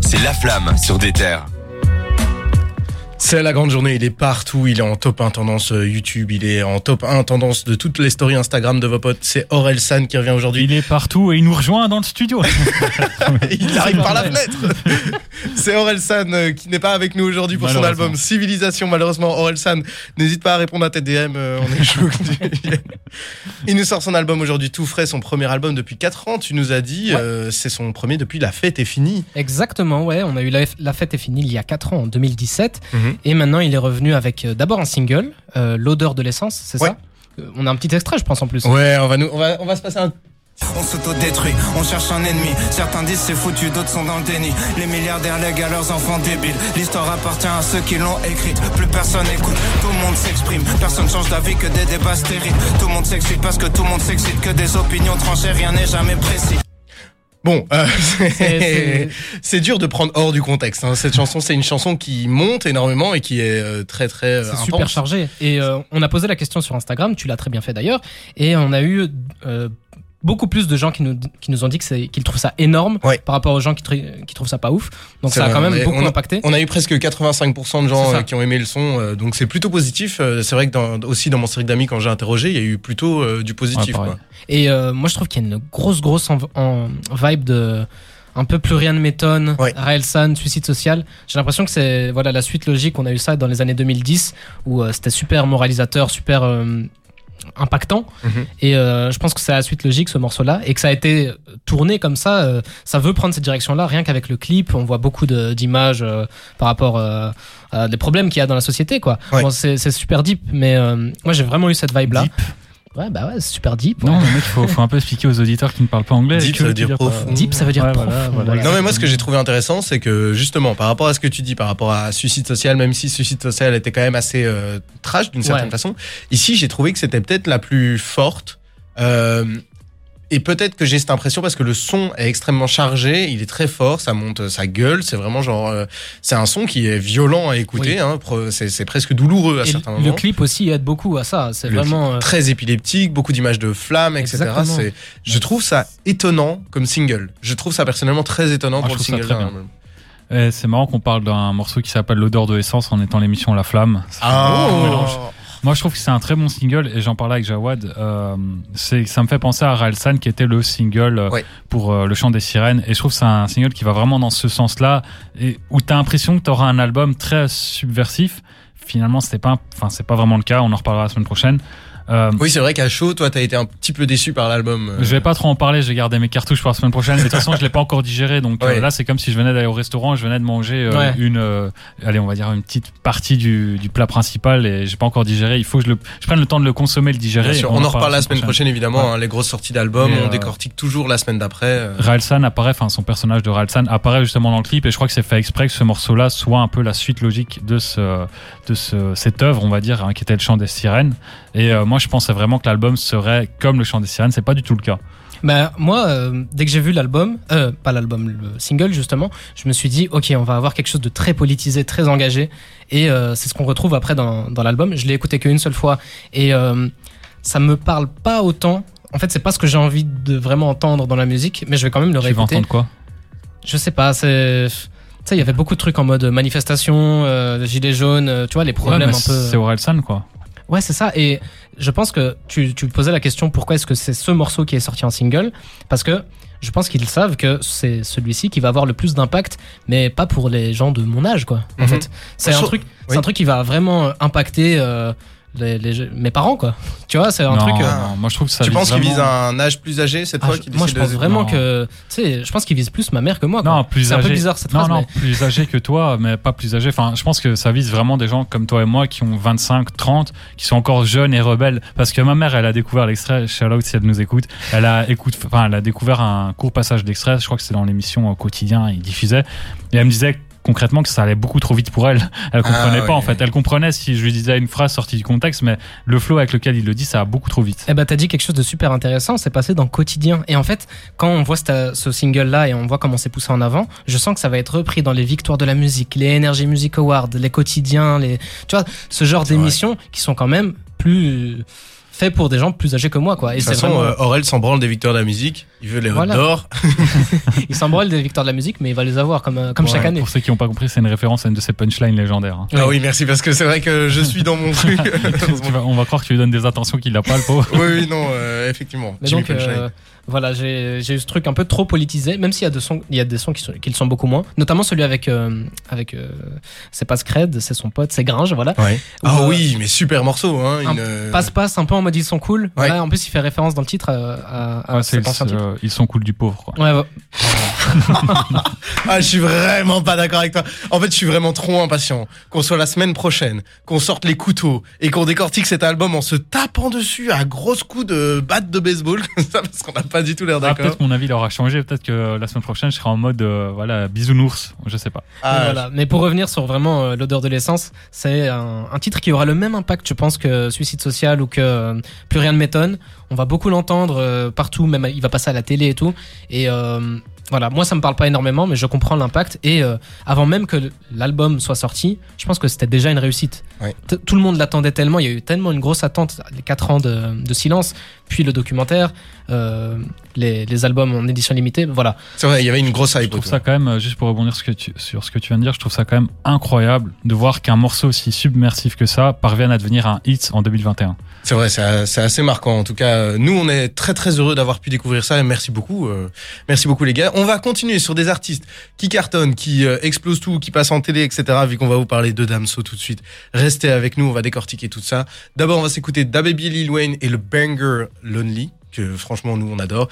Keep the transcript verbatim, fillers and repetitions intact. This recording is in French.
c'est La Flamme sur des terres. C'est la grande journée, il est partout, il est en top un tendance YouTube, il est en top un tendance de toutes les stories Instagram de vos potes. C'est Orelsan qui revient aujourd'hui. Il est partout et il nous rejoint dans le studio. Il arrive par la fenêtre. C'est Orelsan qui n'est pas avec nous aujourd'hui pour son album Civilisation. Malheureusement, Orelsan, n'hésite pas à répondre à tes D M, on est chaud. Il nous sort son album aujourd'hui tout frais, son premier album depuis quatre ans, tu nous as dit. Ouais. Euh, c'est son premier depuis La Fête est finie. Exactement, ouais, on a eu La, la Fête est finie il y a quatre ans, en deux mille dix-sept. Mm-hmm. Et maintenant, il est revenu avec euh, d'abord un single, euh, L'odeur de l'essence, c'est ouais. ça euh, On a un petit extrait, je pense, en plus. Ouais, on va, nous, on va, on va se passer un... On s'auto-détruit, on cherche un ennemi. Certains disent c'est foutu, d'autres sont dans le déni. Les milliardaires lèguent à leurs enfants débiles. L'histoire appartient à ceux qui l'ont écrite. Plus personne écoute, tout le monde s'exprime. Personne change d'avis que des débats stériles. Tout le monde s'excite parce que tout le monde s'excite. Que des opinions tranchées, rien n'est jamais précis. Bon, euh, c'est, c'est... c'est dur de prendre hors du contexte. Hein. Cette chanson, c'est une chanson qui monte énormément et qui est euh, très très euh, c'est intense. Super chargé. Et euh, on a posé la question sur Instagram, tu l'as très bien fait d'ailleurs, et on a eu euh, beaucoup plus de gens qui nous qui nous ont dit que c'est, qu'ils trouvent ça énorme ouais. par rapport aux gens qui, tr- qui trouvent ça pas ouf. Donc c'est ça vrai, a quand même beaucoup on a, impacté. On a eu presque quatre-vingt-cinq pour cent de gens euh, qui ont aimé le son, euh, donc c'est plutôt positif. Euh, c'est vrai que dans, aussi dans mon cercle d'amis, quand j'ai interrogé, il y a eu plutôt euh, du positif. Ouais, quoi. Et euh, moi, je trouve qu'il y a une grosse grosse en, en vibe de un peu plus rien ne m'étonne, ouais. Orelsan, Suicide Social. J'ai l'impression que c'est voilà la suite logique. On a eu ça dans les années deux mille dix où euh, c'était super moralisateur, super euh, impactant. Mm-hmm. Et euh, je pense que c'est la suite logique ce morceau-là et que ça a été tourné comme ça. Euh, ça veut prendre cette direction-là. Rien qu'avec le clip, on voit beaucoup de, d'images euh, par rapport euh, à des problèmes qu'il y a dans la société, quoi. Ouais. Bon, c'est, c'est super deep, mais euh, moi j'ai vraiment eu cette vibe-là. Deep. Ouais, bah ouais, c'est super deep. Ouais. Non, mais mec, faut, faut un peu expliquer aux auditeurs qui ne parlent pas anglais. Deep, ça veut dire profond. Deep, ça veut dire ouais, profond. Voilà, voilà, voilà. Non, mais moi, ce que j'ai trouvé intéressant, c'est que justement, par rapport à ce que tu dis, par rapport à Suicide Social, même si Suicide Social était quand même assez euh, trash d'une certaine ouais. façon, ici, j'ai trouvé que c'était peut-être la plus forte. Euh, Et peut-être que j'ai cette impression parce que le son est extrêmement chargé, il est très fort, ça monte, ça gueule, c'est vraiment genre, euh, c'est un son qui est violent à écouter, oui. hein, c'est, c'est presque douloureux à et certains le moments. Le clip aussi aide beaucoup à ça, c'est le vraiment euh... très épileptique, beaucoup d'images de flammes, et cetera. C'est, je trouve ça étonnant comme single. Je trouve ça personnellement très étonnant ah, pour le single. Et c'est marrant qu'on parle d'un morceau qui s'appelle L'odeur de l'essence en étant l'émission La Flamme. Ah. Oh. Moi, je trouve que c'est un très bon single et j'en parlais avec Jawad. Euh, c'est, ça me fait penser à Orelsan qui était le single euh, ouais. pour euh, Le Chant des Sirènes. Et je trouve que c'est un single qui va vraiment dans ce sens-là et où t'as l'impression que t'auras un album très subversif. Finalement, c'était pas, enfin, c'est pas vraiment le cas. On en reparlera la semaine prochaine. Euh, oui, c'est vrai qu'à chaud, toi, t'as été un petit peu déçu par l'album. Je vais pas trop en parler, j'ai gardé mes cartouches pour la semaine prochaine. Mais de toute façon, je l'ai pas encore digéré, donc ouais. euh, là, c'est comme si je venais d'aller au restaurant, je venais de manger euh, ouais. une, euh, allez, on va dire une petite partie du, du plat principal et j'ai pas encore digéré. Il faut que je, le, je prenne le temps de le consommer, le digérer. Bien sûr, on, on en reparle la semaine prochaine, prochaine évidemment. Ouais. Hein, les grosses sorties d'albums, et on euh, décortique toujours la semaine d'après. Euh... Orelsan apparaît, enfin son personnage de Orelsan apparaît justement dans le clip et je crois que c'est fait exprès que ce morceau-là soit un peu la suite logique de ce, de ce, cette œuvre, on va dire, hein, qui était Le Chant des Sirènes. Et euh, moi, je pensais vraiment que l'album serait comme Le Chant des Sirènes. C'est pas du tout le cas. Bah, moi, euh, dès que j'ai vu l'album, euh, pas l'album, le single justement, je me suis dit, ok, on va avoir quelque chose de très politisé, très engagé. Et euh, c'est ce qu'on retrouve après dans, dans l'album. Je l'ai écouté qu'une seule fois et euh, ça me parle pas autant. En fait, c'est pas ce que j'ai envie de vraiment entendre dans la musique, mais je vais quand même le réécouter. Tu vas entendre quoi ? Je sais pas, c'est... Tu sais, il y avait beaucoup de trucs en mode manifestation, euh, gilets jaunes, euh, tu vois, les problèmes ouais, un peu... C'est Orelsan, quoi. Ouais, c'est ça. Et je pense que tu, tu posais la question pourquoi est-ce que c'est ce morceau qui est sorti en single ? Parce que je pense qu'ils savent que c'est celui-ci qui va avoir le plus d'impact, mais pas pour les gens de mon âge, quoi. En mm-hmm. fait, c'est un truc, c'est oui. un truc qui va vraiment impacter euh, les, les, mes parents, quoi. Tu vois, c'est un non, truc. Euh... Non, moi je trouve que ça. Tu penses vraiment... qu'il vise un âge plus âgé cette ah, fois je, Moi, je pense de... vraiment non. que, tu sais, je pense qu'il vise plus ma mère que moi. Quoi. Non, plus c'est âgé. un peu bizarre cette non, phrase. Non, mais... plus âgé que toi, mais pas plus âgé. Enfin, je pense que ça vise vraiment des gens comme toi et moi qui ont vingt-cinq, trente, qui sont encore jeunes et rebelles. Parce que ma mère, elle a découvert l'extrait. Shout out si elle nous écoute. Elle a écoute, enfin, elle a découvert un court passage d'extrait. Je crois que c'est dans l'émission Quotidien, il diffusait. Et elle me disait concrètement que ça allait beaucoup trop vite pour elle. Elle comprenait ah, pas oui, en fait. Oui. Elle comprenait si je lui disais une phrase sortie du contexte, mais le flow avec lequel il le dit, ça va beaucoup trop vite. Eh ben t'as dit quelque chose de super intéressant. C'est passé dans Quotidien. Et en fait, quand on voit cette, ce single là et on voit comment c'est poussé en avant, je sens que ça va être repris dans les victoires de la musique, les Energy Music Awards, les quotidiens, les, tu vois, ce genre c'est d'émissions vrai. Qui sont quand même plus fait pour des gens plus âgés que moi, quoi. Et de toute c'est façon, vraiment... euh, Aurel s'en branle des victoires de la musique. Il veut les Voilà. d'or. il s'en branle des victoires de la musique, mais il va les avoir comme, euh, comme Ouais, chaque année. Pour ceux qui n'ont pas compris, c'est une référence à une de ces punchlines légendaires. Hein. Ah oui, merci, parce que c'est vrai que je suis dans mon truc. Tu vas- on va croire que tu lui donnes des attentions qu'il n'a pas, le pauvre. oui, oui, non, euh, effectivement. Mais Jimmy donc, euh, Punchline. voilà, j'ai j'ai eu ce truc un peu trop politisé, même s'il y a des sons, il y a des sons qui, sont, qui le sont beaucoup moins, notamment celui avec, euh, avec euh, c'est pas Scred, c'est son pote, c'est Gringe, voilà. Ouais. Où, Ah euh, oui, mais super morceau, hein. un Une, euh, Passe-passe, un peu en mode ils sont cool. Ouais. Voilà, en plus, il fait référence dans le titre à, à, à Ouais, c'est cet ancien le- titre. euh, ils sont cool du pauvre, quoi. Ouais, ouais. Ah, je suis vraiment pas d'accord avec toi. En fait, je suis vraiment trop impatient qu'on soit la semaine prochaine, qu'on sorte les couteaux et qu'on décortique cet album en se tapant dessus à grosses coups de batte de baseball comme ça, parce qu'on n'a pas du tout l'air Ah, d'accord. peut-être mon avis il aura changé. Peut-être que la semaine prochaine, je serai en mode euh, voilà bisounours. Je sais pas. Ah, Mais voilà. Mais pour revenir sur vraiment euh, l'odeur de l'essence, c'est un, un titre qui aura le même impact, je pense, que Suicide Social ou que euh, Plus rien ne m'étonne. On va beaucoup l'entendre euh, partout, même il va passer à la télé et tout. Et euh, voilà, moi ça me parle pas énormément, mais je comprends l'impact. Et euh, avant même que l'album soit sorti, je pense que c'était déjà une réussite. Ouais. T- Tout le monde l'attendait tellement, il y a eu tellement une grosse attente, les quatre ans de, de silence, puis le documentaire, euh, les, les albums en édition limitée, voilà. c'est vrai, il y avait une grosse Je hype trouve autour. ça quand même, euh, juste pour rebondir sur ce, que tu, sur ce que tu viens de dire, je trouve ça quand même incroyable de voir qu'un morceau aussi submersif que ça parvienne à devenir un hit en deux mille vingt et un. C'est vrai, c'est c'est assez marquant. En tout cas, euh, nous, on est très très heureux d'avoir pu découvrir ça. Et merci beaucoup, euh, merci beaucoup les gars. On va continuer sur des artistes qui cartonnent, qui euh, explosent tout, qui passent en télé, et cetera. Vu qu'on va vous parler de Damso tout de suite. Restez avec nous, on va décortiquer tout ça. D'abord, on va s'écouter DaBaby, Lil Wayne et le banger Lonely, que franchement nous on adore.